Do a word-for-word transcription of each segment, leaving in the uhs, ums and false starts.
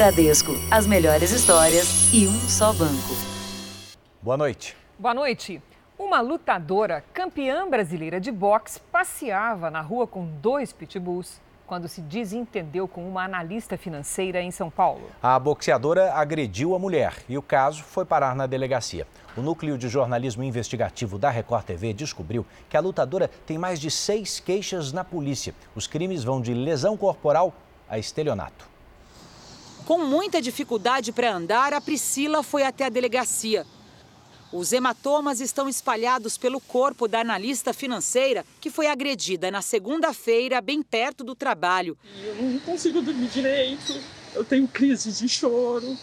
Bradesco, as melhores histórias e um só banco. Boa noite. Boa noite. Uma lutadora campeã brasileira de boxe passeava na rua com dois pitbulls quando se desentendeu com uma analista financeira em São Paulo. A boxeadora agrediu a mulher e o caso foi parar na delegacia. O Núcleo de Jornalismo Investigativo da Record T V descobriu que a lutadora tem mais de seis queixas na polícia. Os crimes vão de lesão corporal a estelionato. Com muita dificuldade para andar, a Priscila foi até a delegacia. Os hematomas estão espalhados pelo corpo da analista financeira que foi agredida na segunda-feira, bem perto do trabalho. Eu não consigo dormir direito, eu tenho crise de choro,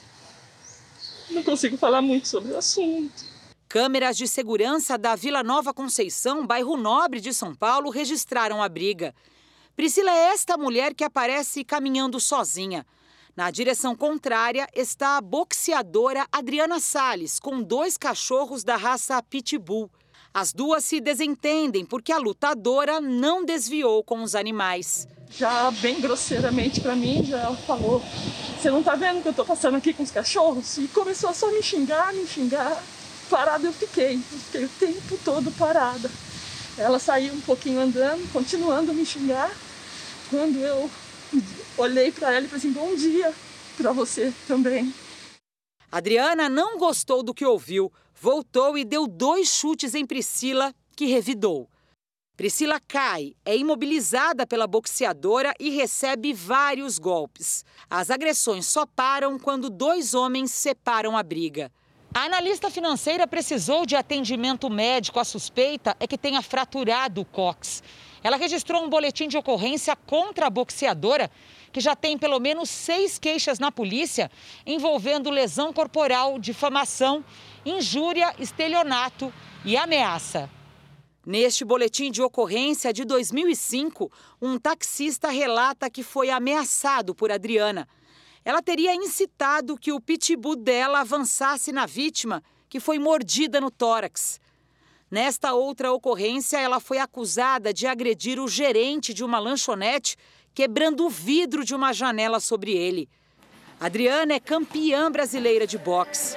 não consigo falar muito sobre o assunto. Câmeras de segurança da Vila Nova Conceição, bairro Nobre de São Paulo, registraram a briga. Priscila é esta mulher que aparece caminhando sozinha. Na direção contrária está a boxeadora Adriana Salles, com dois cachorros da raça Pitbull. As duas se desentendem porque a lutadora não desviou com os animais. Já bem grosseiramente para mim, já falou, você não tá vendo que eu tô passando aqui com os cachorros? E começou a só me xingar, me xingar. Parada eu fiquei, eu fiquei o tempo todo parada. Ela saiu um pouquinho andando, continuando a me xingar. Quando eu olhei para ela e falei assim, bom dia para você também. Adriana não gostou do que ouviu, voltou e deu dois chutes em Priscila, que revidou. Priscila cai, é imobilizada pela boxeadora e recebe vários golpes. As agressões só param quando dois homens separam a briga. A analista financeira precisou de atendimento médico. A suspeita é que tenha fraturado o cóccix. Ela registrou um boletim de ocorrência contra a boxeadora, que já tem pelo menos seis queixas na polícia, envolvendo lesão corporal, difamação, injúria, estelionato e ameaça. Neste boletim de ocorrência de dois mil e cinco, um taxista relata que foi ameaçado por Adriana. Ela teria incitado que o pitbull dela avançasse na vítima, que foi mordida no tórax. Nesta outra ocorrência, ela foi acusada de agredir o gerente de uma lanchonete, quebrando o vidro de uma janela sobre ele. Adriana é campeã brasileira de boxe.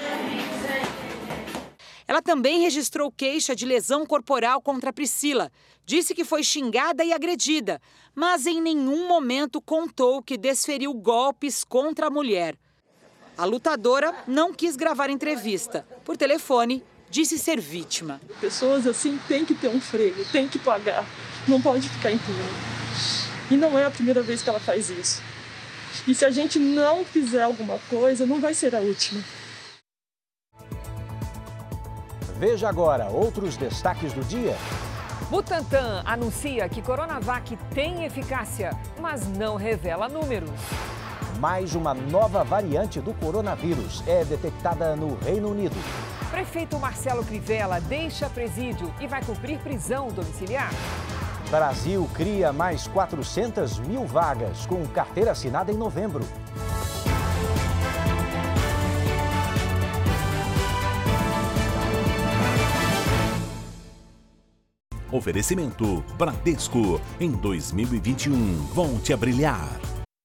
Ela também registrou queixa de lesão corporal contra Priscila. Disse que foi xingada e agredida, mas em nenhum momento contou que desferiu golpes contra a mulher. A lutadora não quis gravar entrevista. Por telefone, disse ser vítima. Pessoas assim têm que ter um freio, tem que pagar, não pode ficar impune. E não é a primeira vez que ela faz isso. E se a gente não fizer alguma coisa, não vai ser a última. Veja agora outros destaques do dia. Butantan anuncia que Coronavac tem eficácia, mas não revela números. Mais uma nova variante do coronavírus é detectada no Reino Unido. Prefeito Marcelo Crivella deixa presídio e vai cumprir prisão domiciliar. Brasil cria mais quatrocentas mil vagas com carteira assinada em novembro. Oferecimento Bradesco. Em dois mil e vinte e um, volte a brilhar.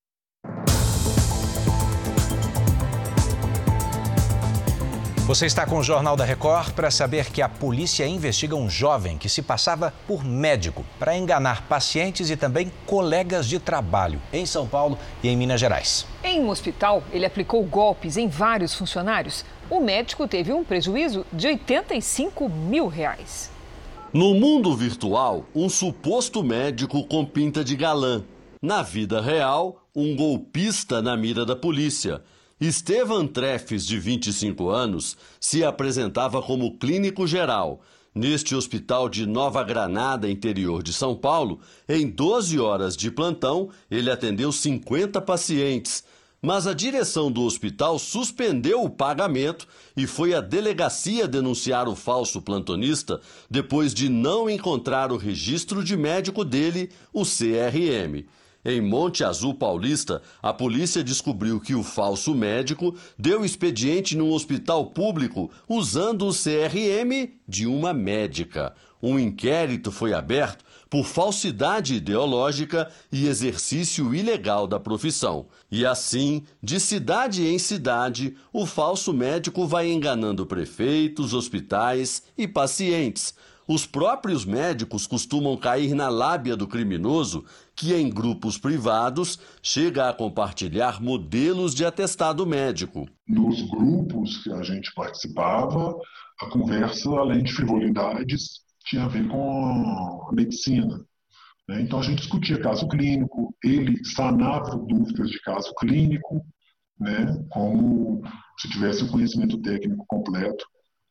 Você está com o Jornal da Record para saber que a polícia investiga um jovem que se passava por médico para enganar pacientes e também colegas de trabalho em São Paulo e em Minas Gerais. Em um hospital, ele aplicou golpes em vários funcionários. O médico teve um prejuízo de oitenta e cinco mil reais. No mundo virtual, um suposto médico com pinta de galã. Na vida real, um golpista na mira da polícia. Estevan Treffes, de vinte e cinco anos, se apresentava como clínico geral. Neste hospital de Nova Granada, interior de São Paulo, em doze horas de plantão, ele atendeu cinquenta pacientes. Mas a direção do hospital suspendeu o pagamento e foi à delegacia denunciar o falso plantonista depois de não encontrar o registro de médico dele, o C R M. Em Monte Azul Paulista, a polícia descobriu que o falso médico deu expediente num hospital público usando o C R M de uma médica. Um inquérito foi aberto por falsidade ideológica e exercício ilegal da profissão. E assim, de cidade em cidade, o falso médico vai enganando prefeitos, hospitais e pacientes. Os próprios médicos costumam cair na lábia do criminoso, que em grupos privados chega a compartilhar modelos de atestado médico. Nos grupos que a gente participava, a conversa, além de frivolidades, tinha a ver com a medicina. Então a gente discutia caso clínico, ele sanava dúvidas de caso clínico, né, como se tivesse o conhecimento técnico completo,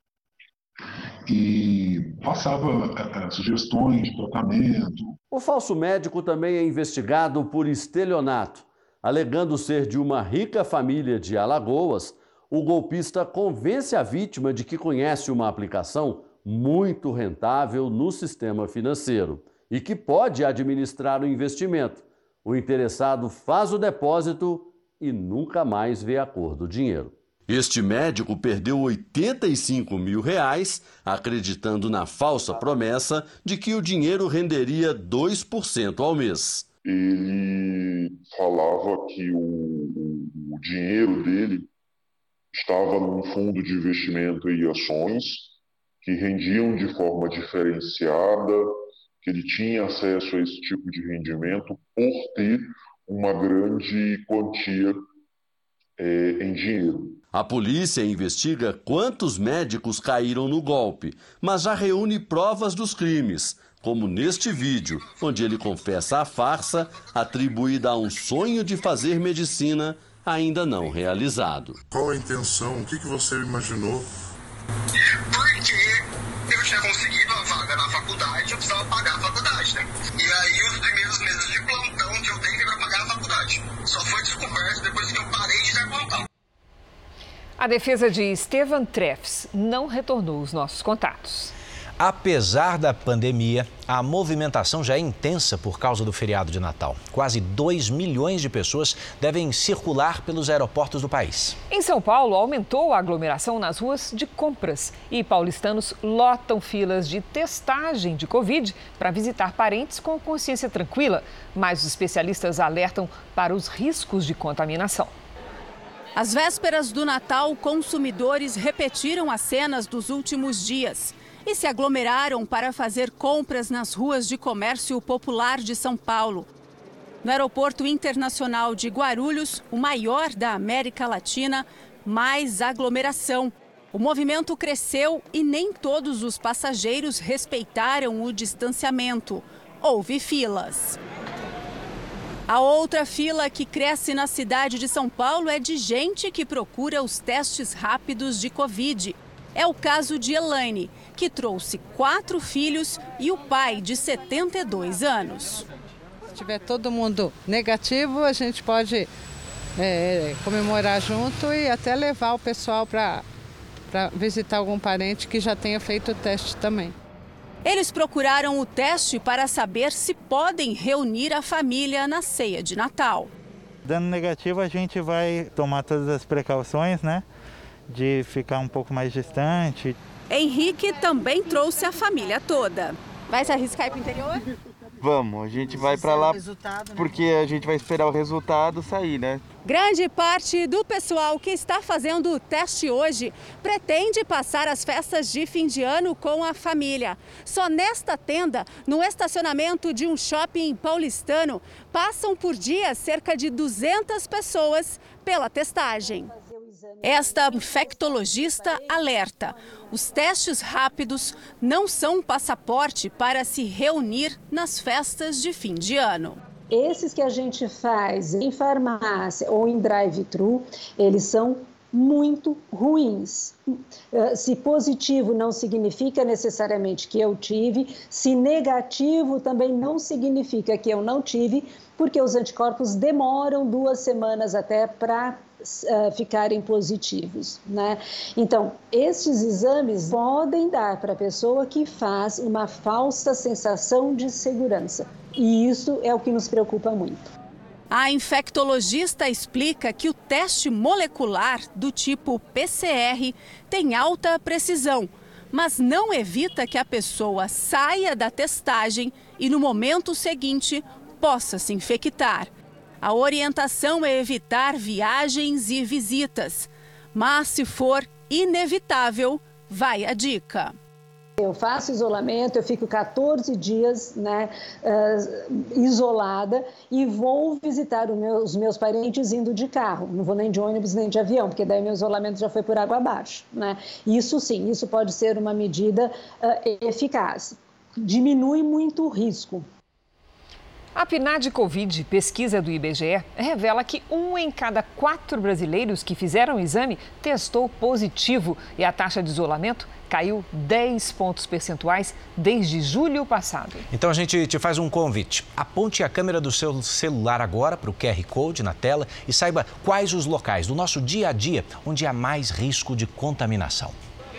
e passava uh, sugestões de tratamento. O falso médico também é investigado por estelionato. Alegando ser de uma rica família de Alagoas, o golpista convence a vítima de que conhece uma aplicação muito rentável no sistema financeiro e que pode administrar o investimento. O interessado faz o depósito e nunca mais vê a cor do dinheiro. Este médico perdeu oitenta e cinco mil reais, acreditando na falsa promessa de que o dinheiro renderia dois por cento ao mês. Ele falava que o, o dinheiro dele estava num fundo de investimento em ações que rendiam de forma diferenciada, que ele tinha acesso a esse tipo de rendimento por ter uma grande quantia é, em dinheiro. A polícia investiga quantos médicos caíram no golpe, mas já reúne provas dos crimes, como neste vídeo, onde ele confessa a farsa atribuída a um sonho de fazer medicina ainda não realizado. Qual a intenção? O que você imaginou? Porque eu tinha conseguido a vaga na faculdade, eu precisava pagar a faculdade, né? E aí os primeiros meses de plantão que eu dei para pagar a faculdade. Só foi descoberto depois que eu parei de dar plantão. A defesa de Estevan Treffs não retornou os nossos contatos. Apesar da pandemia, a movimentação já é intensa por causa do feriado de Natal. Quase dois milhões de pessoas devem circular pelos aeroportos do país. Em São Paulo, aumentou a aglomeração nas ruas de compras e paulistanos lotam filas de testagem de Covid para visitar parentes com consciência tranquila, mas os especialistas alertam para os riscos de contaminação. Às vésperas do Natal, consumidores repetiram as cenas dos últimos dias e se aglomeraram para fazer compras nas ruas de comércio popular de São Paulo. No Aeroporto Internacional de Guarulhos, o maior da América Latina, mais aglomeração. O movimento cresceu e nem todos os passageiros respeitaram o distanciamento. Houve filas. A outra fila que cresce na cidade de São Paulo é de gente que procura os testes rápidos de Covid. É o caso de Elaine, que trouxe quatro filhos e o pai de setenta e dois anos. Se tiver todo mundo negativo, a gente pode é, comemorar junto e até levar o pessoal para para visitar algum parente que já tenha feito o teste também. Eles procuraram o teste para saber se podem reunir a família na ceia de Natal. Dando negativo, a gente vai tomar todas as precauções, né? De ficar um pouco mais distante. Henrique também trouxe a família toda. Vai se arriscar para o interior? Vamos, a gente vai para lá porque a gente vai esperar o resultado sair, né? Grande parte do pessoal que está fazendo o teste hoje pretende passar as festas de fim de ano com a família. Só nesta tenda, no estacionamento de um shopping paulistano, passam por dia cerca de duzentas pessoas pela testagem. Esta infectologista alerta: os testes rápidos não são um passaporte para se reunir nas festas de fim de ano. Esses que a gente faz em farmácia ou em drive-thru, eles são muito ruins. Se positivo não significa necessariamente que eu tive, se negativo também não significa que eu não tive, porque os anticorpos demoram duas semanas até para uh, ficarem positivos, né? Então, estes exames podem dar para a pessoa que faz uma falsa sensação de segurança. E isso é o que nos preocupa muito. A infectologista explica que o teste molecular do tipo P C R tem alta precisão, mas não evita que a pessoa saia da testagem e no momento seguinte possa se infectar. A orientação é evitar viagens e visitas, mas se for inevitável, vai a dica. Eu faço isolamento, eu fico quatorze dias, né, uh, isolada e vou visitar os meus, os meus parentes indo de carro. Não vou nem de ônibus nem de avião, porque daí meu isolamento já foi por água abaixo, né? Isso sim, isso pode ser uma medida uh, eficaz. Diminui muito o risco. A PNAD Covid, pesquisa do I B G E, revela que um em cada quatro brasileiros que fizeram o exame testou positivo e a taxa de isolamento caiu dez pontos percentuais desde julho passado. Então a gente te faz um convite. Aponte a câmera do seu celular agora para o Q R Code na tela e saiba quais os locais do nosso dia a dia onde há mais risco de contaminação.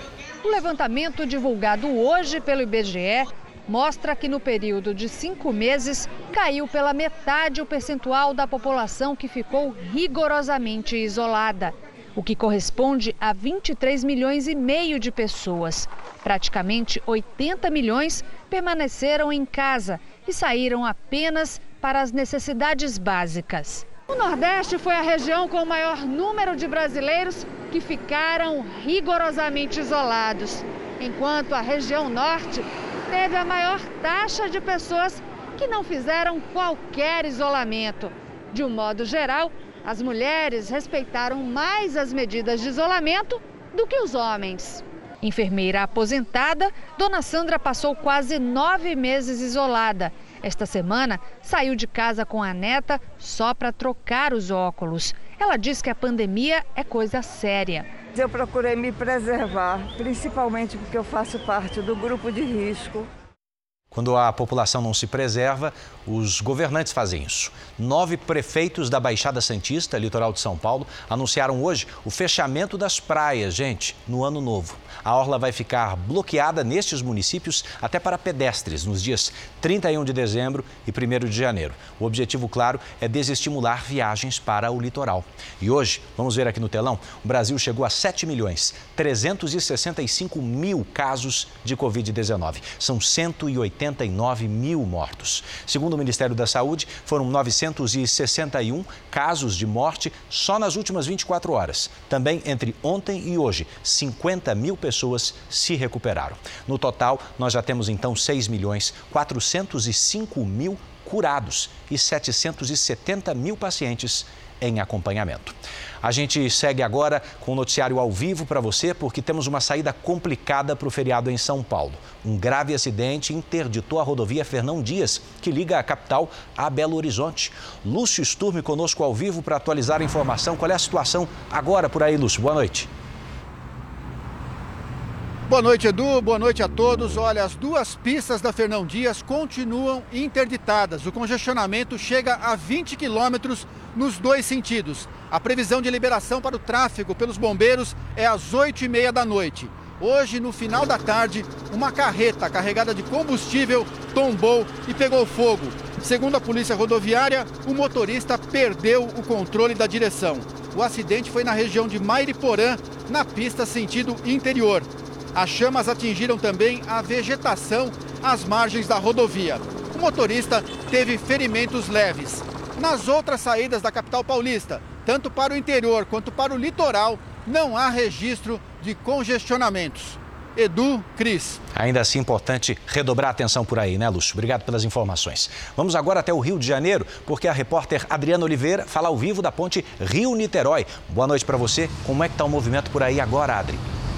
O levantamento divulgado hoje pelo I B G E mostra que no período de cinco meses caiu pela metade o percentual da população que ficou rigorosamente isolada, o que corresponde a vinte e três milhões e meio de pessoas. Praticamente oitenta milhões permaneceram em casa e saíram apenas para as necessidades básicas. O Nordeste foi a região com o maior número de brasileiros que ficaram rigorosamente isolados, enquanto a região Norte teve a maior taxa de pessoas que não fizeram qualquer isolamento. De um modo geral, as mulheres respeitaram mais as medidas de isolamento do que os homens. Enfermeira aposentada, Dona Sandra passou quase nove meses isolada. Esta semana, saiu de casa com a neta só para trocar os óculos. Ela diz que a pandemia é coisa séria. Eu procurei me preservar, principalmente porque eu faço parte do grupo de risco. Quando a população não se preserva, os governantes fazem isso. Nove prefeitos da Baixada Santista, litoral de São Paulo, anunciaram hoje o fechamento das praias, gente, no ano novo. A orla vai ficar bloqueada nestes municípios até para pedestres nos dias trinta e um de dezembro e primeiro de janeiro. O objetivo, claro, é desestimular viagens para o litoral. E hoje, vamos ver aqui no telão, o Brasil chegou a sete milhões trezentos e sessenta e cinco mil casos de covid dezenove. São cento e oitenta e nove mil mortos. Segundo o Ministério da Saúde, foram novecentos e sessenta e um casos de morte só nas últimas vinte e quatro horas. Também entre ontem e hoje, cinquenta mil pessoas se recuperaram. No total, nós já temos então seis milhões quatrocentos e cinco mil curados e setecentos e setenta mil pacientes em acompanhamento. A gente segue agora com o noticiário ao vivo para você, porque temos uma saída complicada para o feriado em São Paulo. Um grave acidente interditou a rodovia Fernão Dias, que liga a capital a Belo Horizonte. Lúcio Sturme conosco ao vivo para atualizar a informação. Qual é a situação agora por aí, Lúcio? Boa noite. Boa noite, Edu. Boa noite a todos. Olha, as duas pistas da Fernão Dias continuam interditadas. O congestionamento chega a vinte quilômetros nos dois sentidos. A previsão de liberação para o tráfego pelos bombeiros é às oito e meia da noite. Hoje, no final da tarde, uma carreta carregada de combustível tombou e pegou fogo. Segundo a Polícia Rodoviária, o motorista perdeu o controle da direção. O acidente foi na região de Mairiporã, na pista sentido interior. As chamas atingiram também a vegetação às margens da rodovia. O motorista teve ferimentos leves. Nas outras saídas da capital paulista, tanto para o interior quanto para o litoral, não há registro de congestionamentos. Edu, Cris. Ainda assim, importante redobrar a atenção por aí, né, Lúcio? Obrigado pelas informações. Vamos agora até o Rio de Janeiro, porque a repórter Adriana Oliveira fala ao vivo da ponte Rio-Niterói. Boa noite para você. Como é que está o movimento por aí agora, Adri?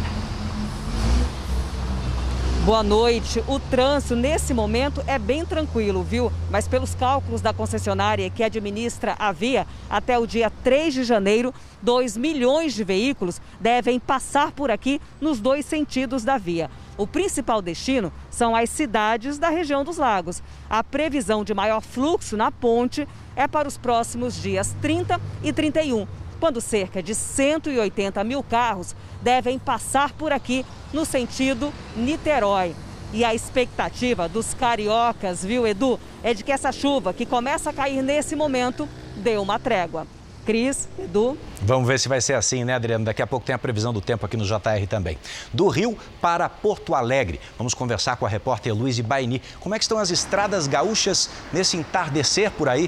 Boa noite. O trânsito nesse momento é bem tranquilo, viu? Mas pelos cálculos da concessionária que administra a via, até o dia três de janeiro, dois milhões de veículos devem passar por aqui nos dois sentidos da via. O principal destino são as cidades da região dos lagos. A previsão de maior fluxo na ponte é para os próximos dias trinta e trinta e um. Quando cerca de cento e oitenta mil carros devem passar por aqui no sentido Niterói. E a expectativa dos cariocas, viu, Edu, é de que essa chuva que começa a cair nesse momento dê uma trégua. Cris, Edu. Vamos ver se vai ser assim, né, Adriana? Daqui a pouco tem a previsão do tempo aqui no J R também. Do Rio para Porto Alegre. Vamos conversar com a repórter Luíse Baini. Como é que estão as estradas gaúchas nesse entardecer por aí?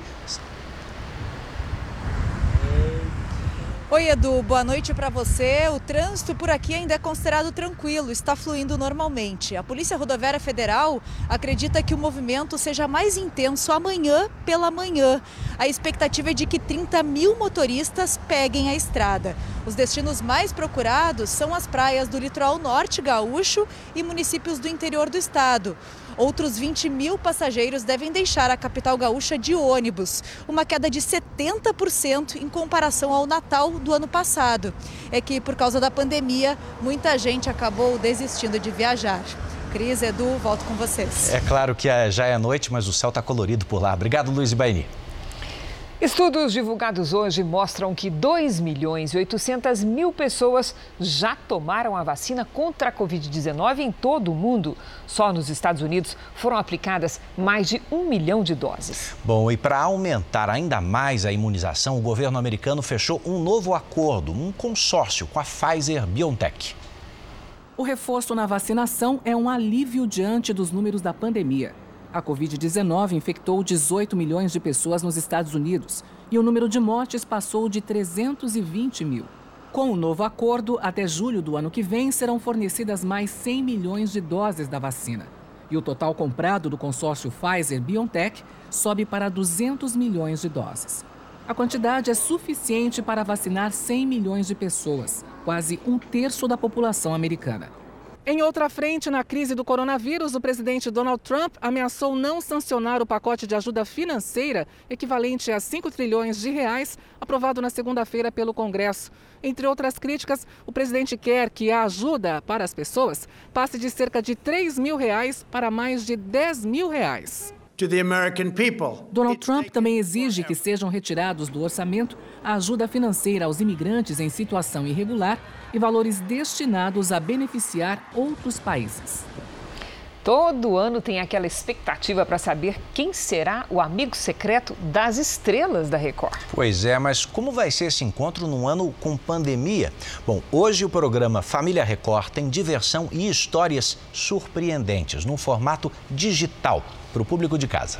Oi, Edu, boa noite para você. O trânsito por aqui ainda é considerado tranquilo, está fluindo normalmente. A Polícia Rodoviária Federal acredita que o movimento seja mais intenso amanhã pela manhã. A expectativa é de que trinta mil motoristas peguem a estrada. Os destinos mais procurados são as praias do litoral norte gaúcho e municípios do interior do estado. Outros vinte mil passageiros devem deixar a capital gaúcha de ônibus, uma queda de setenta por cento em comparação ao Natal do ano passado. É que, por causa da pandemia, muita gente acabou desistindo de viajar. Cris, Edu, volto com vocês. É claro que já é noite, mas o céu está colorido por lá. Obrigado, Luíse Baini. Estudos divulgados hoje mostram que dois milhões e oitocentas mil pessoas já tomaram a vacina contra a covid dezenove em todo o mundo. Só nos Estados Unidos foram aplicadas mais de um milhão de doses. Bom, e para aumentar ainda mais a imunização, o governo americano fechou um novo acordo, um consórcio com a Pfizer-BioNTech. O reforço na vacinação é um alívio diante dos números da pandemia. A covid dezenove infectou dezoito milhões de pessoas nos Estados Unidos e o número de mortes passou de trezentos e vinte mil. Com o novo acordo, até julho do ano que vem serão fornecidas mais cem milhões de doses da vacina. E o total comprado do consórcio Pfizer-BioNTech sobe para duzentos milhões de doses. A quantidade é suficiente para vacinar cem milhões de pessoas, quase um terço da população americana. Em outra frente, na crise do coronavírus, o presidente Donald Trump ameaçou não sancionar o pacote de ajuda financeira equivalente a cinco trilhões de reais, aprovado na segunda-feira pelo Congresso. Entre outras críticas, o presidente quer que a ajuda para as pessoas passe de cerca de três mil reais para mais de dez mil reais. To the American people. Donald Trump também exige que sejam retirados do orçamento a ajuda financeira aos imigrantes em situação irregular e valores destinados a beneficiar outros países. Todo ano tem aquela expectativa para saber quem será o amigo secreto das estrelas da Record. Pois é, mas como vai ser esse encontro num ano com pandemia? Bom, hoje o programa Família Record tem diversão e histórias surpreendentes, num formato digital, para o público de casa.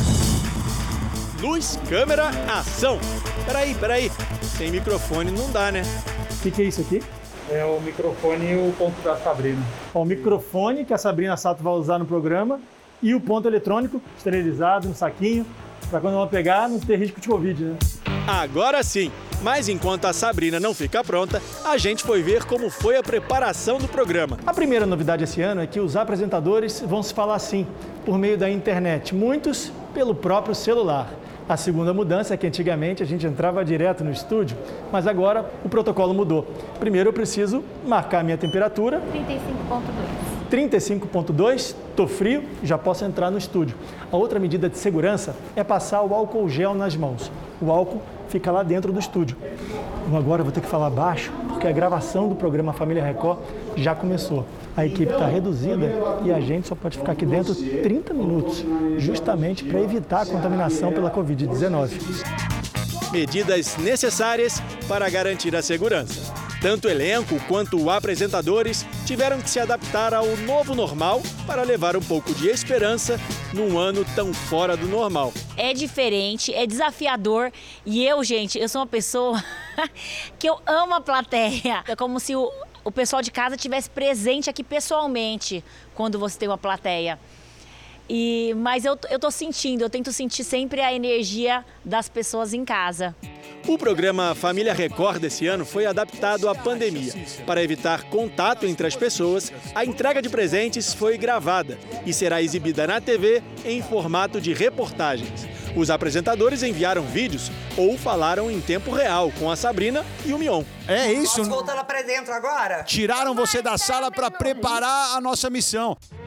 Luz, câmera, ação! Peraí, peraí, sem microfone não dá, né? O que, que é isso aqui? É o microfone e o ponto da Sabrina. O microfone que a Sabrina Sato vai usar no programa e o ponto eletrônico esterilizado no saquinho, para quando ela pegar não ter risco de Covid, né? Agora sim! Mas enquanto a Sabrina não fica pronta, a gente foi ver como foi a preparação do programa. A primeira novidade esse ano é que os apresentadores vão se falar assim, por meio da internet, muitos pelo próprio celular. A segunda mudança é que antigamente a gente entrava direto no estúdio, mas agora o protocolo mudou. Primeiro eu preciso marcar a minha temperatura. trinta e cinco ponto dois. trinta e cinco ponto dois, tô frio, já posso entrar no estúdio. A outra medida de segurança é passar o álcool gel nas mãos. O álcool fica lá dentro do estúdio. Bom, agora eu vou ter que falar baixo, porque a gravação do programa Família Record já começou. A equipe está reduzida e a gente só pode ficar aqui dentro trinta minutos, justamente para evitar a contaminação pela covid dezenove. Medidas necessárias para garantir a segurança. Tanto o elenco quanto apresentadores tiveram que se adaptar ao novo normal para levar um pouco de esperança num ano tão fora do normal. É diferente, é desafiador e eu, gente, eu sou uma pessoa que eu amo a plateia. É como se o, o pessoal de casa estivesse presente aqui pessoalmente quando você tem uma plateia. E, mas eu, eu tô sentindo, eu tento sentir sempre a energia das pessoas em casa. O programa Família Record desse ano foi adaptado à pandemia. Para evitar contato entre as pessoas, a entrega de presentes foi gravada e será exibida na T V em formato de reportagens. Os apresentadores enviaram vídeos ou falaram em tempo real com a Sabrina e o Mion. É isso. Posso voltar lá pra dentro agora? Tiraram você da sala para preparar a nossa missão.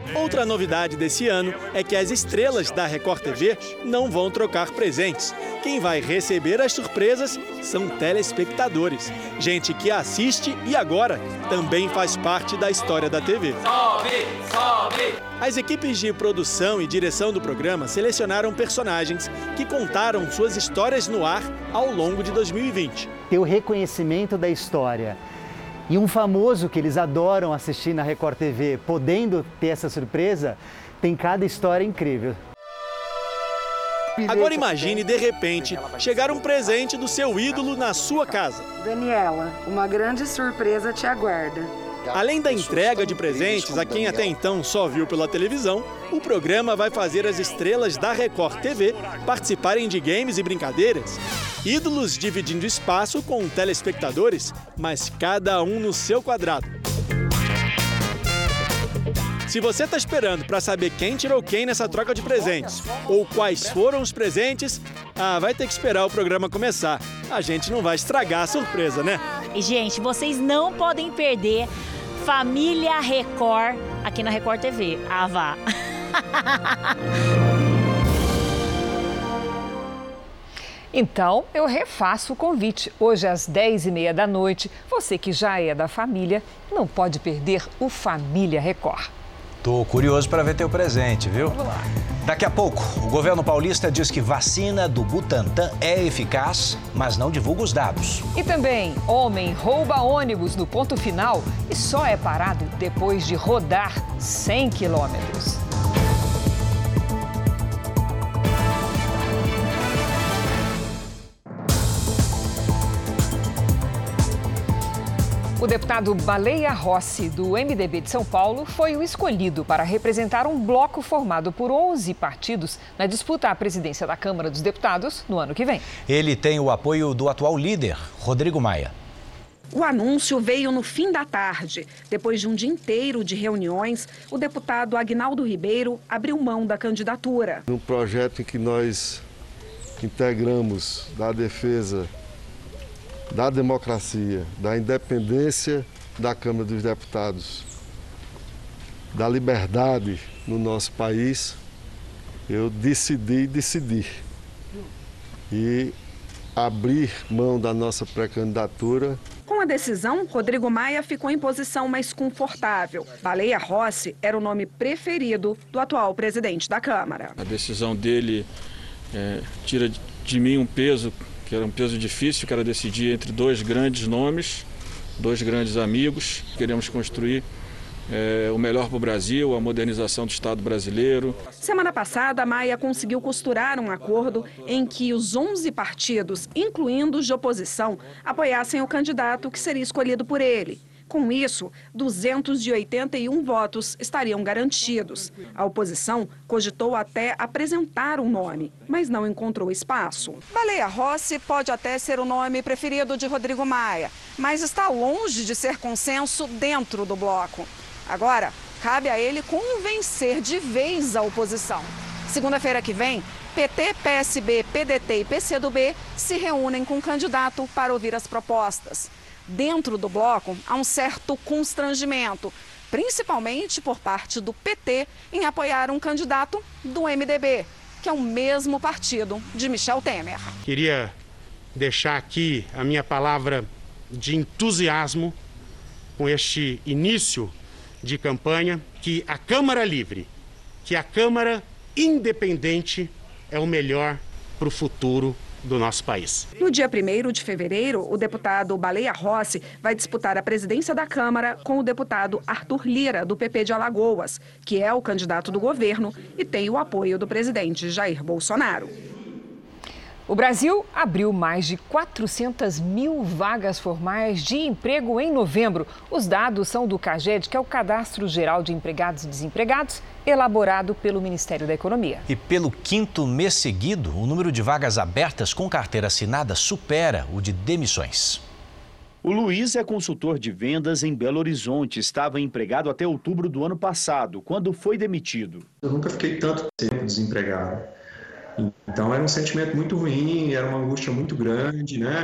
Outra novidade desse ano é que as estrelas da Record T V não vão trocar presentes. Quem vai receber as surpresas são telespectadores, gente que assiste e agora também faz parte da história da T V. Sobe, sobe! As equipes de produção e direção do programa selecionaram personagens que contaram suas histórias no ar ao longo de dois mil e vinte. Ter o reconhecimento da história. E um famoso que eles adoram assistir na Record T V, podendo ter essa surpresa, tem cada história incrível. Agora imagine, de repente, chegar um presente do seu ídolo na sua casa. Daniela, uma grande surpresa te aguarda. Além da entrega de presentes a quem até então só viu pela televisão, o programa vai fazer as estrelas da Record T V participarem de games e brincadeiras. Ídolos dividindo espaço com telespectadores, mas cada um no seu quadrado. Se você está esperando para saber quem tirou quem nessa troca de presentes ou quais foram os presentes, ah, vai ter que esperar o programa começar. A gente não vai estragar a surpresa, né? E, gente, vocês não podem perder Família Record aqui na Record T V. Ah, vá! Então, eu refaço o convite. Hoje, às dez e meia da noite, você que já é da família, não pode perder o Família Record. Tô curioso para ver teu presente, viu? Vamos lá. Daqui a pouco, o governo paulista diz que vacina do Butantan é eficaz, mas não divulga os dados. E também, homem rouba ônibus no ponto final e só é parado depois de rodar cem quilômetros. O deputado Baleia Rossi, do M D B de São Paulo, foi o escolhido para representar um bloco formado por onze partidos na disputa à presidência da Câmara dos Deputados no ano que vem. Ele tem o apoio do atual líder, Rodrigo Maia. O anúncio veio no fim da tarde. Depois de um dia inteiro de reuniões, o deputado Aguinaldo Ribeiro abriu mão da candidatura. No projeto em que nós integramos da defesa da democracia, da independência da Câmara dos Deputados, da liberdade no nosso país, eu decidi decidir e abrir mão da nossa pré-candidatura. Com a decisão, Rodrigo Maia ficou em posição mais confortável. Baleia Rossi era o nome preferido do atual presidente da Câmara. A decisão dele é, tira de mim um peso que era um peso difícil, que era decidir entre dois grandes nomes, dois grandes amigos. Queremos construir é, o melhor para o Brasil, a modernização do Estado brasileiro. Semana passada, Maia conseguiu costurar um acordo em que os onze partidos, incluindo os de oposição, apoiassem o candidato que seria escolhido por ele. Com isso, duzentos e oitenta e um votos estariam garantidos. A oposição cogitou até apresentar um nome, mas não encontrou espaço. Baleia Rossi pode até ser o nome preferido de Rodrigo Maia, mas está longe de ser consenso dentro do bloco. Agora, cabe a ele convencer de vez a oposição. Segunda-feira que vem, P T, P S B, P D T e P C do B se reúnem com o candidato para ouvir as propostas. Dentro do bloco, há um certo constrangimento, principalmente por parte do P T, em apoiar um candidato do M D B, que é o mesmo partido de Michel Temer. Queria deixar aqui a minha palavra de entusiasmo com este início de campanha, que a Câmara livre, que a Câmara independente é o melhor para o futuro do nosso país. No dia primeiro de fevereiro, o deputado Baleia Rossi vai disputar a presidência da Câmara com o deputado Arthur Lira, do P P de Alagoas, que é o candidato do governo e tem o apoio do presidente Jair Bolsonaro. O Brasil abriu mais de quatrocentas mil vagas formais de emprego em novembro. Os dados são do CAGED, que é o Cadastro Geral de Empregados e Desempregados, elaborado pelo Ministério da Economia. E pelo quinto mês seguido, o número de vagas abertas com carteira assinada supera o de demissões. O Luiz é consultor de vendas em Belo Horizonte. Estava empregado até outubro do ano passado, quando foi demitido. Eu nunca fiquei tanto tempo desempregado. Então era um sentimento muito ruim, era uma angústia muito grande, né?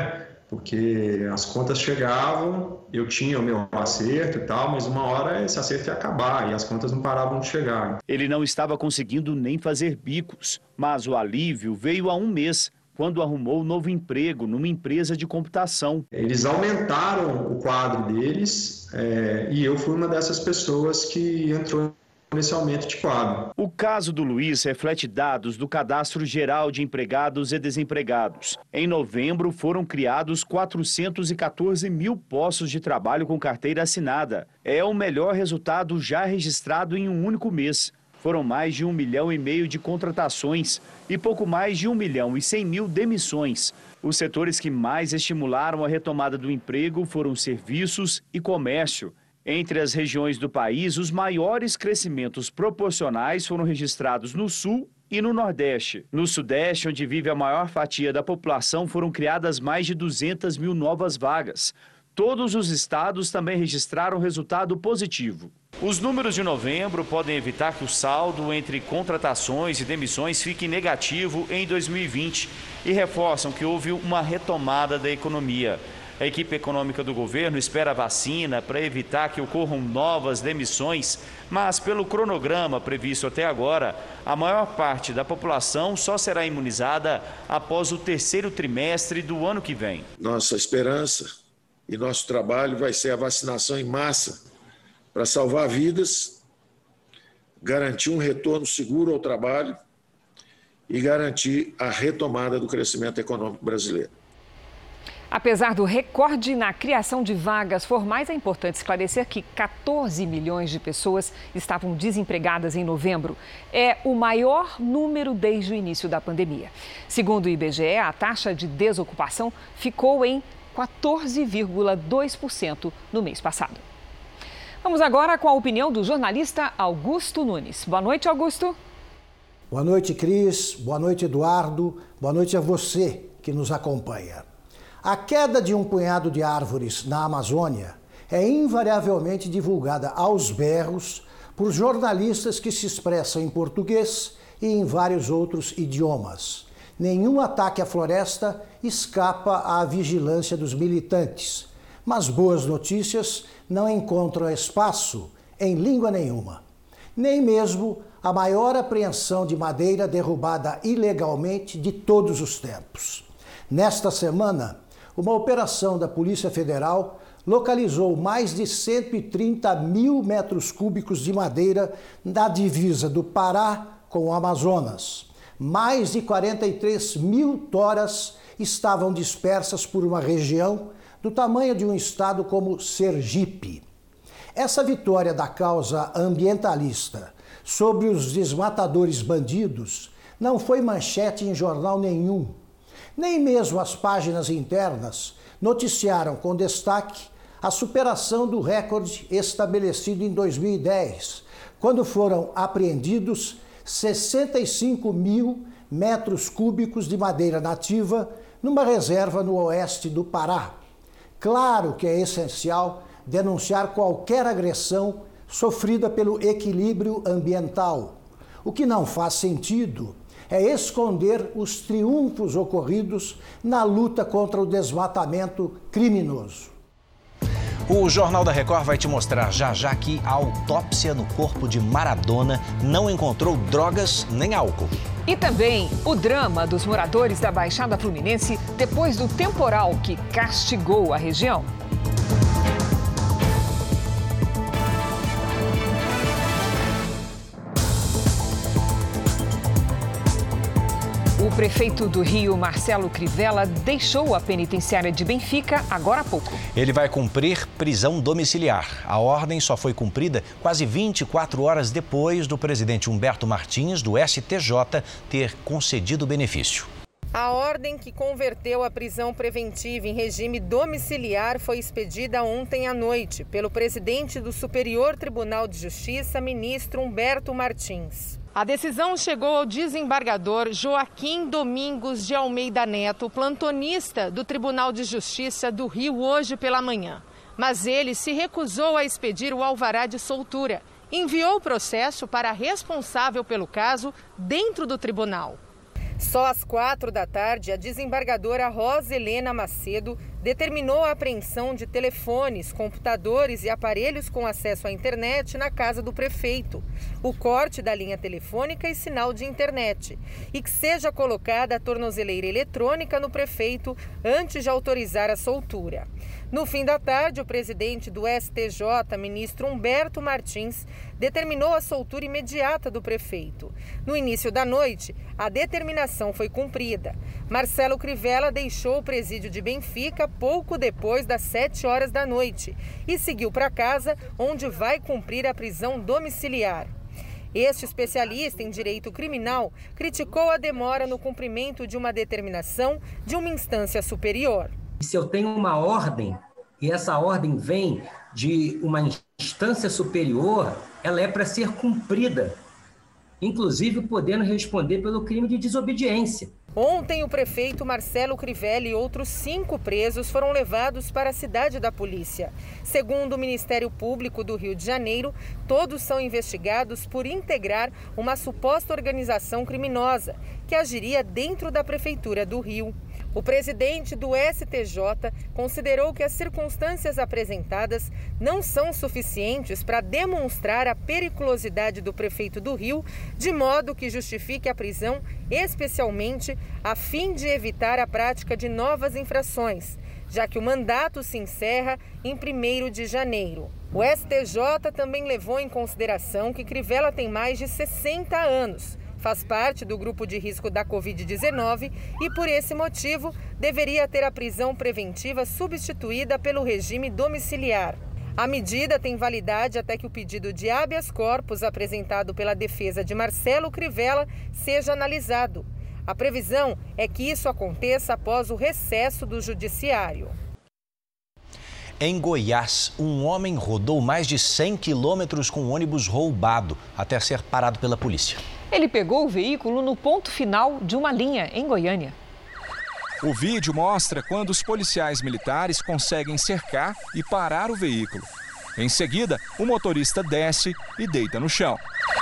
porque as contas chegavam, eu tinha o meu acerto e tal, mas uma hora esse acerto ia acabar e as contas não paravam de chegar. Ele não estava conseguindo nem fazer bicos, mas o alívio veio há um mês, quando arrumou novo emprego numa empresa de computação. Eles aumentaram o quadro deles é, e eu fui uma dessas pessoas que entrou nesse aumento de quadro. O caso do Luiz reflete dados do Cadastro Geral de Empregados e Desempregados. Em novembro, foram criados quatrocentos e quatorze mil postos de trabalho com carteira assinada. É o melhor resultado já registrado em um único mês. Foram mais de um milhão e meio de contratações e pouco mais de um milhão e cem mil demissões. Os setores que mais estimularam a retomada do emprego foram serviços e comércio. Entre as regiões do país, os maiores crescimentos proporcionais foram registrados no Sul e no Nordeste. No Sudeste, onde vive a maior fatia da população, foram criadas mais de duzentas mil novas vagas. Todos os estados também registraram resultado positivo. Os números de novembro podem evitar que o saldo entre contratações e demissões fique negativo em dois mil e vinte e reforçam que houve uma retomada da economia. A equipe econômica do governo espera a vacina para evitar que ocorram novas demissões, mas pelo cronograma previsto até agora, a maior parte da população só será imunizada após o terceiro trimestre do ano que vem. Nossa esperança e nosso trabalho vai ser a vacinação em massa para salvar vidas, garantir um retorno seguro ao trabalho e garantir a retomada do crescimento econômico brasileiro. Apesar do recorde na criação de vagas formais, é importante esclarecer que quatorze milhões de pessoas estavam desempregadas em novembro. É o maior número desde o início da pandemia. Segundo o I B G E, a taxa de desocupação ficou em quatorze vírgula dois por cento no mês passado. Vamos agora com a opinião do jornalista Augusto Nunes. Boa noite, Augusto. Boa noite, Cris. Boa noite, Eduardo. Boa noite a você que nos acompanha. A queda de um punhado de árvores na Amazônia é invariavelmente divulgada aos berros por jornalistas que se expressam em português e em vários outros idiomas. Nenhum ataque à floresta escapa à vigilância dos militantes, mas boas notícias não encontram espaço em língua nenhuma. Nem mesmo a maior apreensão de madeira derrubada ilegalmente de todos os tempos. Nesta semana, uma operação da Polícia Federal localizou mais de cento e trinta mil metros cúbicos de madeira na divisa do Pará com o Amazonas. Mais de quarenta e três mil toras estavam dispersas por uma região do tamanho de um estado como Sergipe. Essa vitória da causa ambientalista sobre os desmatadores bandidos não foi manchete em jornal nenhum. Nem mesmo as páginas internas noticiaram com destaque a superação do recorde estabelecido em dois mil e dez, quando foram apreendidos sessenta e cinco mil metros cúbicos de madeira nativa numa reserva no oeste do Pará. Claro que é essencial denunciar qualquer agressão sofrida pelo equilíbrio ambiental. O que não faz sentido é esconder os triunfos ocorridos na luta contra o desmatamento criminoso. O Jornal da Record vai te mostrar já já que a autópsia no corpo de Maradona não encontrou drogas nem álcool. E também o drama dos moradores da Baixada Fluminense depois do temporal que castigou a região. O prefeito do Rio, Marcelo Crivella, deixou a penitenciária de Benfica agora há pouco. Ele vai cumprir prisão domiciliar. A ordem só foi cumprida quase vinte e quatro horas depois do presidente Humberto Martins, do S T J, ter concedido o benefício. A ordem que converteu a prisão preventiva em regime domiciliar foi expedida ontem à noite pelo presidente do Superior Tribunal de Justiça, ministro Humberto Martins. A decisão chegou ao desembargador Joaquim Domingos de Almeida Neto, plantonista do Tribunal de Justiça do Rio, hoje pela manhã. Mas ele se recusou a expedir o alvará de soltura. Enviou o processo para a responsável pelo caso dentro do tribunal. Só às quatro da tarde, a desembargadora Rosa Helena Macedo determinou a apreensão de telefones, computadores e aparelhos com acesso à internet na casa do prefeito, o corte da linha telefônica e sinal de internet, e que seja colocada a tornozeleira eletrônica no prefeito antes de autorizar a soltura. No fim da tarde, o presidente do S T J, ministro Humberto Martins, determinou a soltura imediata do prefeito. No início da noite, a determinação foi cumprida. Marcelo Crivella deixou o presídio de Benfica pouco depois das sete horas da noite e seguiu para casa, onde vai cumprir a prisão domiciliar. Este especialista em direito criminal criticou a demora no cumprimento de uma determinação de uma instância superior. Se eu tenho uma ordem e essa ordem vem de uma instância superior, ela é para ser cumprida, inclusive podendo responder pelo crime de desobediência. Ontem, o prefeito Marcelo Crivella e outros cinco presos foram levados para a cidade da polícia. Segundo o Ministério Público do Rio de Janeiro, todos são investigados por integrar uma suposta organização criminosa que agiria dentro da Prefeitura do Rio. O presidente do S T J considerou que as circunstâncias apresentadas não são suficientes para demonstrar a periculosidade do prefeito do Rio, de modo que justifique a prisão, especialmente a fim de evitar a prática de novas infrações, já que o mandato se encerra em primeiro de janeiro. O S T J também levou em consideração que Crivella tem mais de sessenta anos, faz parte do grupo de risco da covid dezenove e, por esse motivo, deveria ter a prisão preventiva substituída pelo regime domiciliar. A medida tem validade até que o pedido de habeas corpus apresentado pela defesa de Marcelo Crivella seja analisado. A previsão é que isso aconteça após o recesso do judiciário. Em Goiás, um homem rodou mais de cem quilômetros com um ônibus roubado até ser parado pela polícia. Ele pegou o veículo no ponto final de uma linha em Goiânia. O vídeo mostra quando os policiais militares conseguem cercar e parar o veículo. Em seguida, o motorista desce e deita no chão.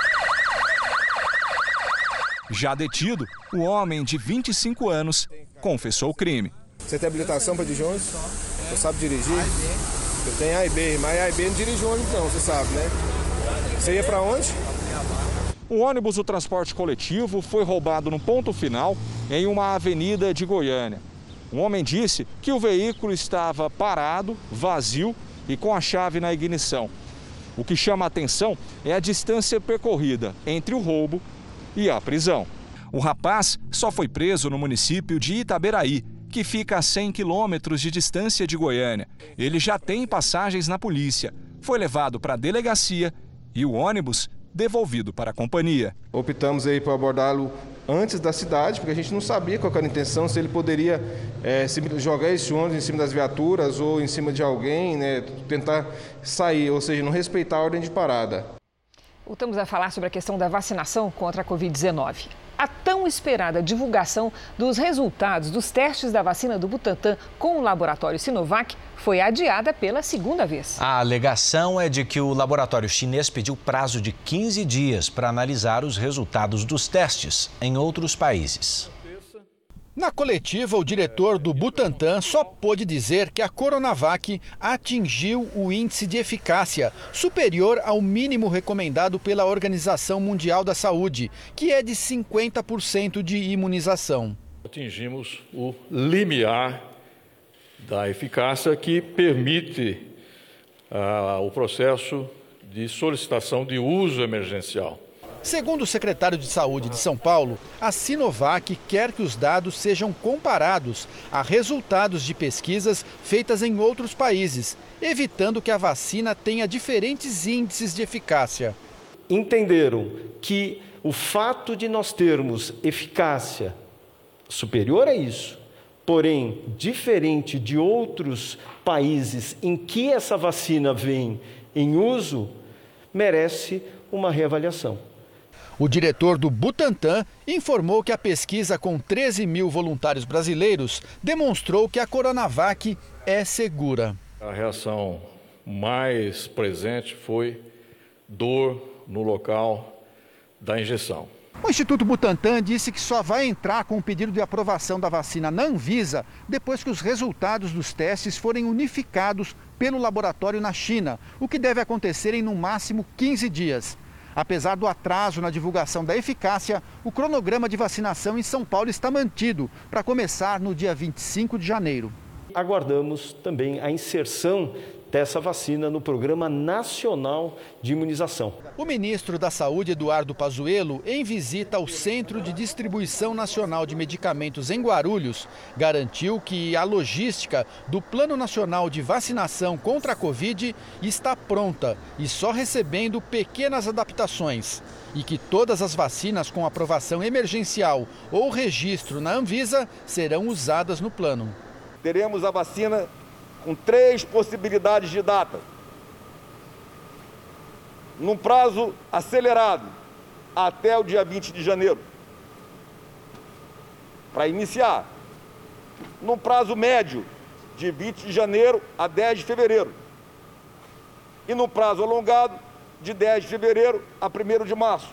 Já detido, o homem de vinte e cinco anos confessou o crime. Você tem habilitação para dirigir ônibus? Você sabe dirigir? Eu tenho A e B, mas A e B não dirige ônibus não, você sabe, né? Você ia para onde? O ônibus do transporte coletivo foi roubado no ponto final em uma avenida de Goiânia. Um homem disse que o veículo estava parado, vazio e com a chave na ignição. O que chama a atenção é a distância percorrida entre o roubo e a prisão. O rapaz só foi preso no município de Itaberaí, que fica a cem quilômetros de distância de Goiânia. Ele já tem passagens na polícia, foi levado para a delegacia e o ônibus devolvido para a companhia. Optamos aí por abordá-lo antes da cidade, porque a gente não sabia qual era a intenção, se ele poderia é, jogar esse ônibus em cima das viaturas ou em cima de alguém, né, tentar sair, ou seja, não respeitar a ordem de parada. Voltamos a falar sobre a questão da vacinação contra a covid dezenove. A tão esperada divulgação dos resultados dos testes da vacina do Butantan com o laboratório Sinovac foi adiada pela segunda vez. A alegação é de que o laboratório chinês pediu prazo de quinze dias para analisar os resultados dos testes em outros países. Na coletiva, o diretor do Butantan só pôde dizer que a Coronavac atingiu o índice de eficácia superior ao mínimo recomendado pela Organização Mundial da Saúde, que é de cinquenta por cento de imunização. Atingimos o limiar da eficácia que permite uh, o processo de solicitação de uso emergencial. Segundo o secretário de Saúde de São Paulo, a Sinovac quer que os dados sejam comparados a resultados de pesquisas feitas em outros países, evitando que a vacina tenha diferentes índices de eficácia. Entenderam que o fato de nós termos eficácia superior a isso, porém diferente de outros países em que essa vacina vem em uso, merece uma reavaliação. O diretor do Butantan informou que a pesquisa com treze mil voluntários brasileiros demonstrou que a Coronavac é segura. A reação mais presente foi dor no local da injeção. O Instituto Butantan disse que só vai entrar com o pedido de aprovação da vacina na Anvisa depois que os resultados dos testes forem unificados pelo laboratório na China, o que deve acontecer em no máximo quinze dias. Apesar do atraso na divulgação da eficácia, o cronograma de vacinação em São Paulo está mantido para começar no dia vinte e cinco de janeiro. Aguardamos também a inserção dessa vacina no Programa Nacional de Imunização. O ministro da Saúde, Eduardo Pazuello, em visita ao Centro de Distribuição Nacional de Medicamentos em Guarulhos, garantiu que a logística do Plano Nacional de Vacinação contra a Covid está pronta e só recebendo pequenas adaptações. E que todas as vacinas com aprovação emergencial ou registro na Anvisa serão usadas no plano. Teremos a vacina com três possibilidades de data, num prazo acelerado, até o dia vinte de janeiro, para iniciar, num prazo médio, de vinte de janeiro a dez de fevereiro, e no prazo alongado, de dez de fevereiro a primeiro de março.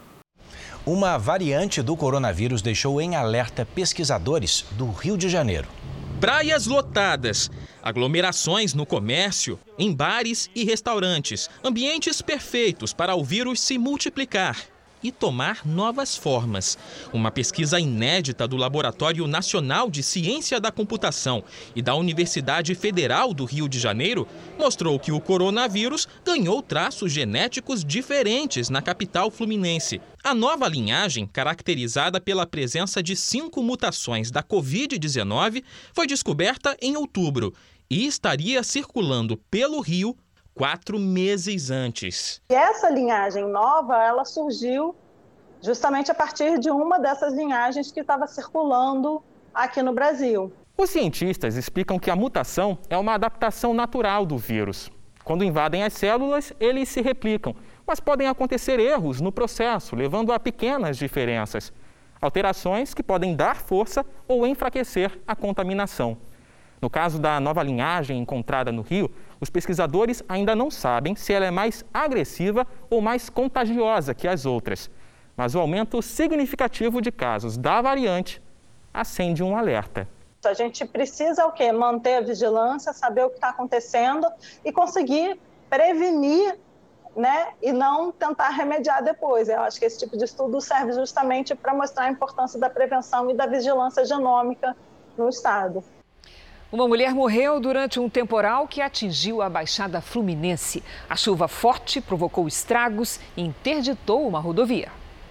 Uma variante do coronavírus deixou em alerta pesquisadores do Rio de Janeiro. Praias lotadas, aglomerações no comércio, em bares e restaurantes, ambientes perfeitos para o vírus se multiplicar e tomar novas formas. Uma pesquisa inédita do Laboratório Nacional de Ciência da Computação e da Universidade Federal do Rio de Janeiro mostrou que o coronavírus ganhou traços genéticos diferentes na capital fluminense. A nova linhagem, caracterizada pela presença de cinco mutações da covid dezenove, foi descoberta em outubro e estaria circulando pelo Rio quatro meses antes. E essa linhagem nova, ela surgiu justamente a partir de uma dessas linhagens que estava circulando aqui no Brasil. Os cientistas explicam que a mutação é uma adaptação natural do vírus. Quando invadem as células, eles se replicam, mas podem acontecer erros no processo, levando a pequenas diferenças. Alterações que podem dar força ou enfraquecer a contaminação. No caso da nova linhagem encontrada no Rio, os pesquisadores ainda não sabem se ela é mais agressiva ou mais contagiosa que as outras. Mas o aumento significativo de casos da variante acende um alerta. A gente precisa o quê? Manter a vigilância, saber o que está acontecendo e conseguir prevenir, né? E não tentar remediar depois. Eu acho que esse tipo de estudo serve justamente para mostrar a importância da prevenção e da vigilância genômica no estado. Uma mulher morreu durante um temporal que atingiu a Baixada Fluminense. A chuva forte provocou estragos e interditou uma rodovia.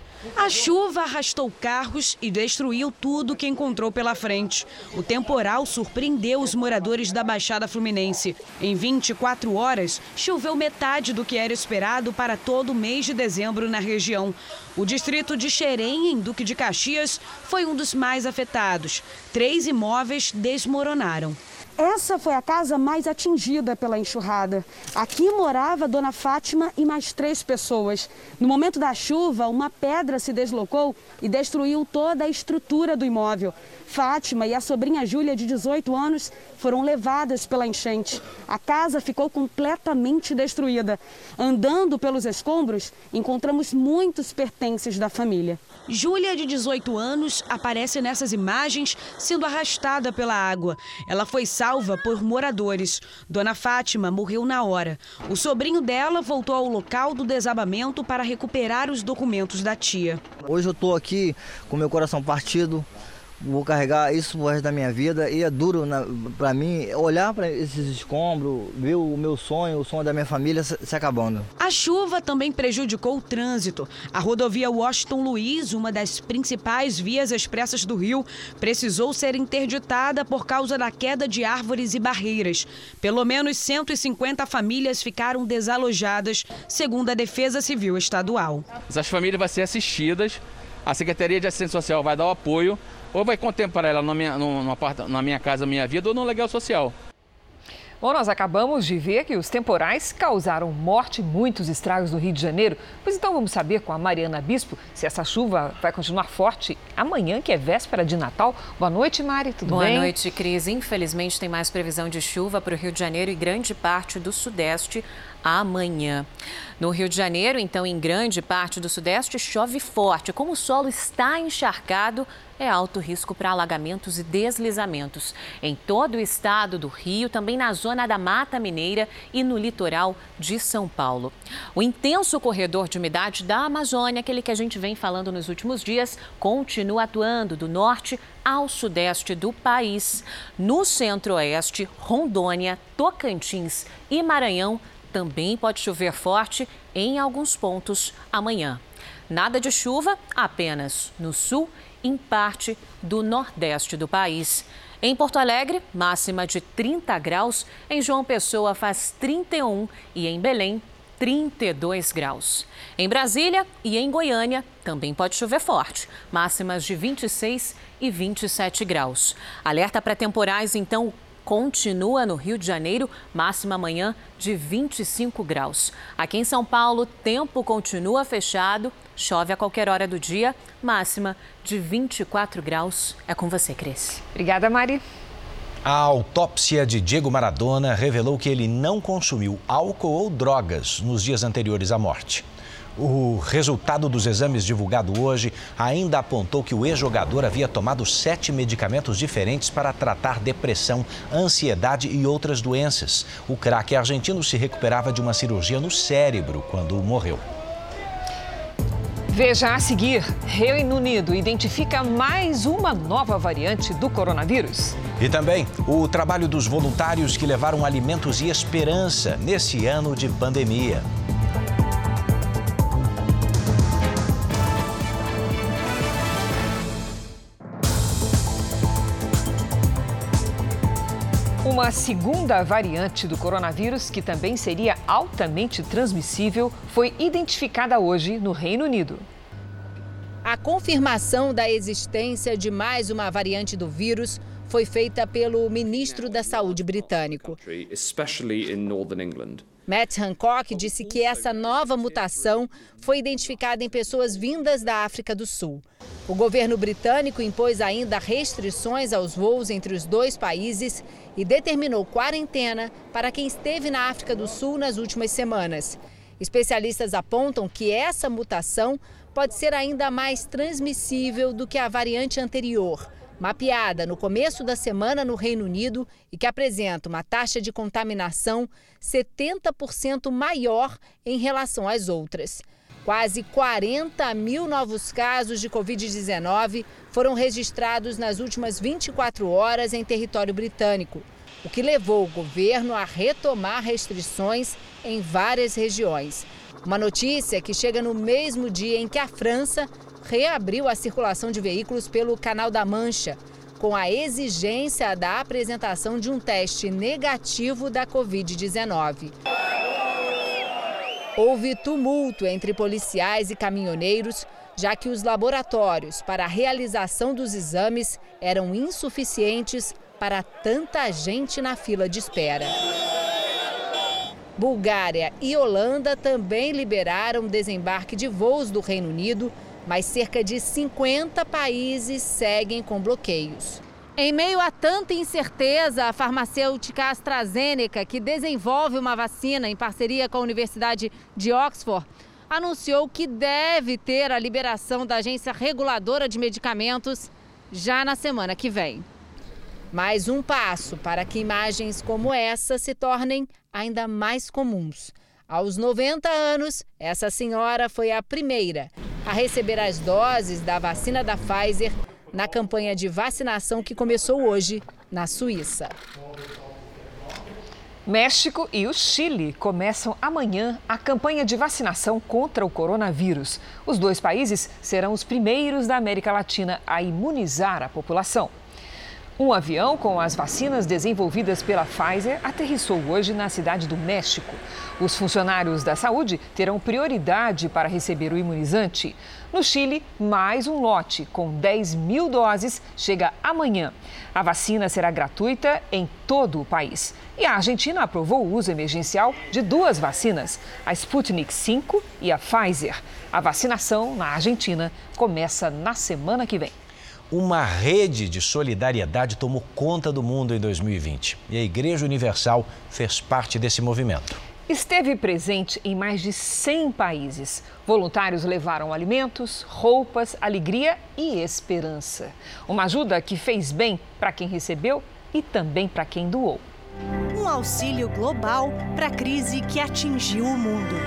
A chuva arrastou carros e destruiu tudo que encontrou pela frente. O temporal surpreendeu os moradores da Baixada Fluminense. Em vinte e quatro horas, choveu metade do que era esperado para todo o mês de dezembro na região. O distrito de Xerém, em Duque de Caxias, foi um dos mais afetados. Três imóveis desmoronaram. Essa foi a casa mais atingida pela enxurrada. Aqui morava Dona Fátima e mais três pessoas. No momento da chuva, uma pedra se deslocou e destruiu toda a estrutura do imóvel. Fátima e a sobrinha Júlia, de dezoito anos, foram levadas pela enchente. A casa ficou completamente destruída. Andando pelos escombros, encontramos muitos pertences da família. Júlia, de dezoito anos, aparece nessas imagens sendo arrastada pela água. Ela foi salva por moradores. Dona Fátima morreu na hora. O sobrinho dela voltou ao local do desabamento para recuperar os documentos da tia. Hoje eu estou aqui com meu coração partido. Vou carregar isso o resto da minha vida e é duro para mim olhar para esses escombros, ver o meu sonho, o sonho da minha família se, se acabando. A chuva também prejudicou o trânsito. A rodovia Washington Luiz, uma das principais vias expressas do Rio, precisou ser interditada por causa da queda de árvores e barreiras. Pelo menos cento e cinquenta famílias ficaram desalojadas, segundo a Defesa Civil Estadual. Essas famílias vão ser assistidas, a Secretaria de Assistência Social vai dar o apoio, ou vai contemplar ela na minha, no, no, na minha casa, minha vida, ou no legal social. Bom, nós acabamos de ver que os temporais causaram morte e muitos estragos no Rio de Janeiro. Pois então vamos saber com a Mariana Bispo se essa chuva vai continuar forte amanhã, que é véspera de Natal. Boa noite, Mari, tudo Boa bem? Boa noite, Cris. Infelizmente tem mais previsão de chuva para o Rio de Janeiro e grande parte do Sudeste amanhã. No Rio de Janeiro, então, em grande parte do Sudeste, chove forte. Como o solo está encharcado, é alto risco para alagamentos e deslizamentos. Em todo o estado do Rio, também na zona da Mata Mineira e no litoral de São Paulo. O intenso corredor de umidade da Amazônia, aquele que a gente vem falando nos últimos dias, continua atuando do norte ao sudeste do país. No centro-oeste, Rondônia, Tocantins e Maranhão, também pode chover forte em alguns pontos amanhã. Nada de chuva apenas no sul e em parte do nordeste do país. Em Porto Alegre, máxima de trinta graus. Em João Pessoa faz trinta e um e em Belém, trinta e dois graus. Em Brasília e em Goiânia também pode chover forte. Máximas de vinte e seis e vinte e sete graus. Alerta para temporais, então, continua no Rio de Janeiro, máxima amanhã de vinte e cinco graus. Aqui em São Paulo, tempo continua fechado, chove a qualquer hora do dia, máxima de vinte e quatro graus. É com você, Cris. Obrigada, Mari. A autópsia de Diego Maradona revelou que ele não consumiu álcool ou drogas nos dias anteriores à morte. O resultado dos exames divulgado hoje ainda apontou que o ex-jogador havia tomado sete medicamentos diferentes para tratar depressão, ansiedade e outras doenças. O craque argentino se recuperava de uma cirurgia no cérebro quando morreu. Veja a seguir, Reino Unido identifica mais uma nova variante do coronavírus. E também o trabalho dos voluntários que levaram alimentos e esperança nesse ano de pandemia. Uma segunda variante do coronavírus, que também seria altamente transmissível, foi identificada hoje no Reino Unido. A confirmação da existência de mais uma variante do vírus foi feita pelo ministro da Saúde britânico. Matt Hancock disse que essa nova mutação foi identificada em pessoas vindas da África do Sul. O governo britânico impôs ainda restrições aos voos entre os dois países e determinou quarentena para quem esteve na África do Sul nas últimas semanas. Especialistas apontam que essa mutação pode ser ainda mais transmissível do que a variante anterior, mapeada no começo da semana no Reino Unido e que apresenta uma taxa de contaminação setenta por cento maior em relação às outras. Quase quarenta mil novos casos de covid dezenove foram registrados nas últimas vinte e quatro horas em território britânico, o que levou o governo a retomar restrições em várias regiões. Uma notícia que chega no mesmo dia em que a França reabriu a circulação de veículos pelo Canal da Mancha, com a exigência da apresentação de um teste negativo da covid dezenove. Houve tumulto entre policiais e caminhoneiros, já que os laboratórios para a realização dos exames eram insuficientes para tanta gente na fila de espera. Bulgária e Holanda também liberaram desembarque de voos do Reino Unido, mas cerca de cinquenta países seguem com bloqueios. Em meio a tanta incerteza, a farmacêutica AstraZeneca, que desenvolve uma vacina em parceria com a Universidade de Oxford, anunciou que deve ter a liberação da Agência Reguladora de Medicamentos já na semana que vem. Mais um passo para que imagens como essa se tornem ainda mais comuns. Aos noventa anos, essa senhora foi a primeira a receber as doses da vacina da Pfizer na campanha de vacinação que começou hoje na Suíça. México e o Chile começam amanhã a campanha de vacinação contra o coronavírus. Os dois países serão os primeiros da América Latina a imunizar a população. Um avião com as vacinas desenvolvidas pela Pfizer aterrissou hoje na cidade do México. Os funcionários da saúde terão prioridade para receber o imunizante. No Chile, mais um lote com dez mil doses chega amanhã. A vacina será gratuita em todo o país. E a Argentina aprovou o uso emergencial de duas vacinas, a Sputnik cinco e a Pfizer. A vacinação na Argentina começa na semana que vem. Uma rede de solidariedade tomou conta do mundo em dois mil e vinte e a Igreja Universal fez parte desse movimento. Esteve presente em mais de cem países. Voluntários levaram alimentos, roupas, alegria e esperança. Uma ajuda que fez bem para quem recebeu e também para quem doou. Um auxílio global para a crise que atingiu o mundo.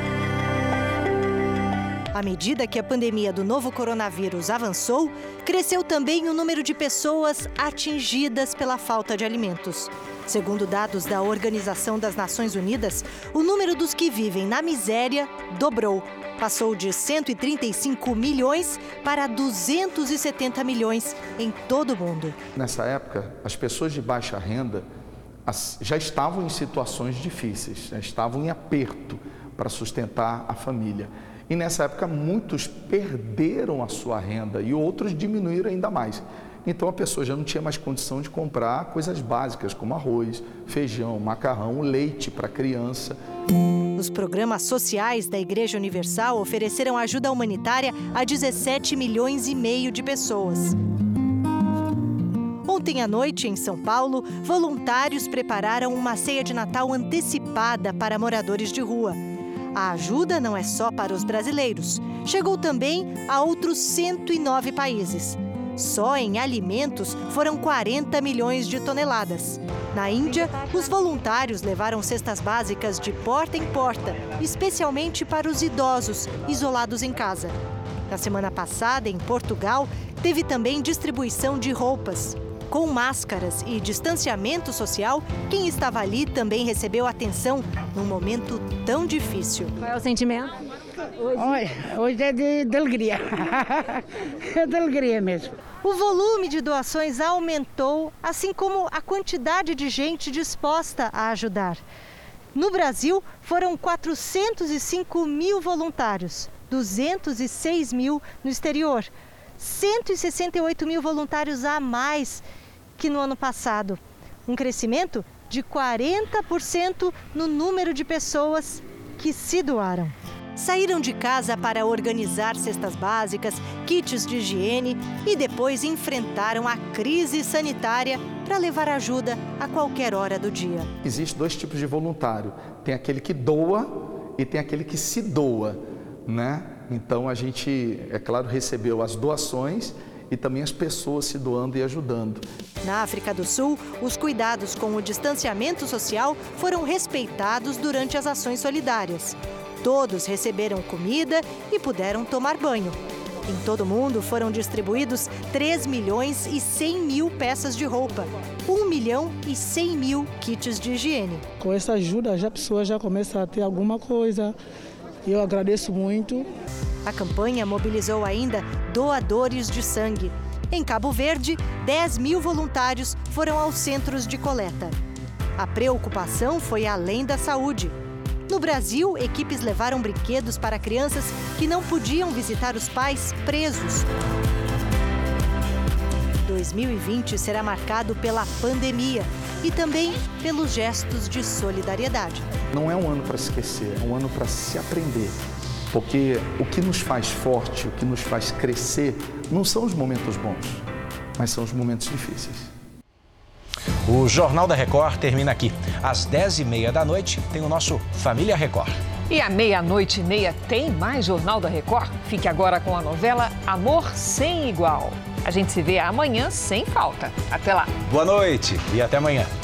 À medida que a pandemia do novo coronavírus avançou, cresceu também o número de pessoas atingidas pela falta de alimentos. Segundo dados da Organização das Nações Unidas, o número dos que vivem na miséria dobrou. Passou de cento e trinta e cinco milhões para duzentos e setenta milhões em todo o mundo. Nessa época, as pessoas de baixa renda já estavam em situações difíceis, já estavam em aperto para sustentar a família. E nessa época, muitos perderam a sua renda e outros diminuíram ainda mais. Então a pessoa já não tinha mais condição de comprar coisas básicas como arroz, feijão, macarrão, leite para a criança. Os programas sociais da Igreja Universal ofereceram ajuda humanitária a dezessete milhões e meio de pessoas. Ontem à noite, em São Paulo, voluntários prepararam uma ceia de Natal antecipada para moradores de rua. A ajuda não é só para os brasileiros. Chegou também a outros cento e nove países. Só em alimentos foram quarenta milhões de toneladas. Na Índia, os voluntários levaram cestas básicas de porta em porta, especialmente para os idosos isolados em casa. Na semana passada, em Portugal, teve também distribuição de roupas. Com máscaras e distanciamento social, quem estava ali também recebeu atenção num momento tão difícil. Qual é o sentimento? Hoje, hoje é de, de alegria. É de alegria mesmo. O volume de doações aumentou, assim como a quantidade de gente disposta a ajudar. No Brasil, foram quatrocentos e cinco mil voluntários, duzentos e seis mil no exterior, cento e sessenta e oito mil voluntários a mais que no ano passado. Um crescimento de quarenta por cento no número de pessoas que se doaram. Saíram de casa para organizar cestas básicas, kits de higiene e depois enfrentaram a crise sanitária para levar ajuda a qualquer hora do dia. Existem dois tipos de voluntário. Tem aquele que doa e tem aquele que se doa, né? Então a gente, é claro, recebeu as doações e também as pessoas se doando e ajudando. Na África do Sul, os cuidados com o distanciamento social foram respeitados durante as ações solidárias. Todos receberam comida e puderam tomar banho. Em todo o mundo foram distribuídos três milhões e cem mil peças de roupa, um milhão e cem mil kits de higiene. Com essa ajuda, já a pessoa já começa a ter alguma coisa. Eu agradeço muito. A campanha mobilizou ainda doadores de sangue. Em Cabo Verde, dez mil voluntários foram aos centros de coleta. A preocupação foi além da saúde. No Brasil, equipes levaram brinquedos para crianças que não podiam visitar os pais presos. dois mil e vinte será marcado pela pandemia e também pelos gestos de solidariedade. Não é um ano para se esquecer, é um ano para se aprender. Porque o que nos faz forte, o que nos faz crescer, não são os momentos bons, mas são os momentos difíceis. O Jornal da Record termina aqui. Às dez e meia da noite tem o nosso Família Record. E à meia-noite e meia tem mais Jornal da Record? Fique agora com a novela Amor Sem Igual. A gente se vê amanhã sem falta. Até lá. Boa noite e até amanhã.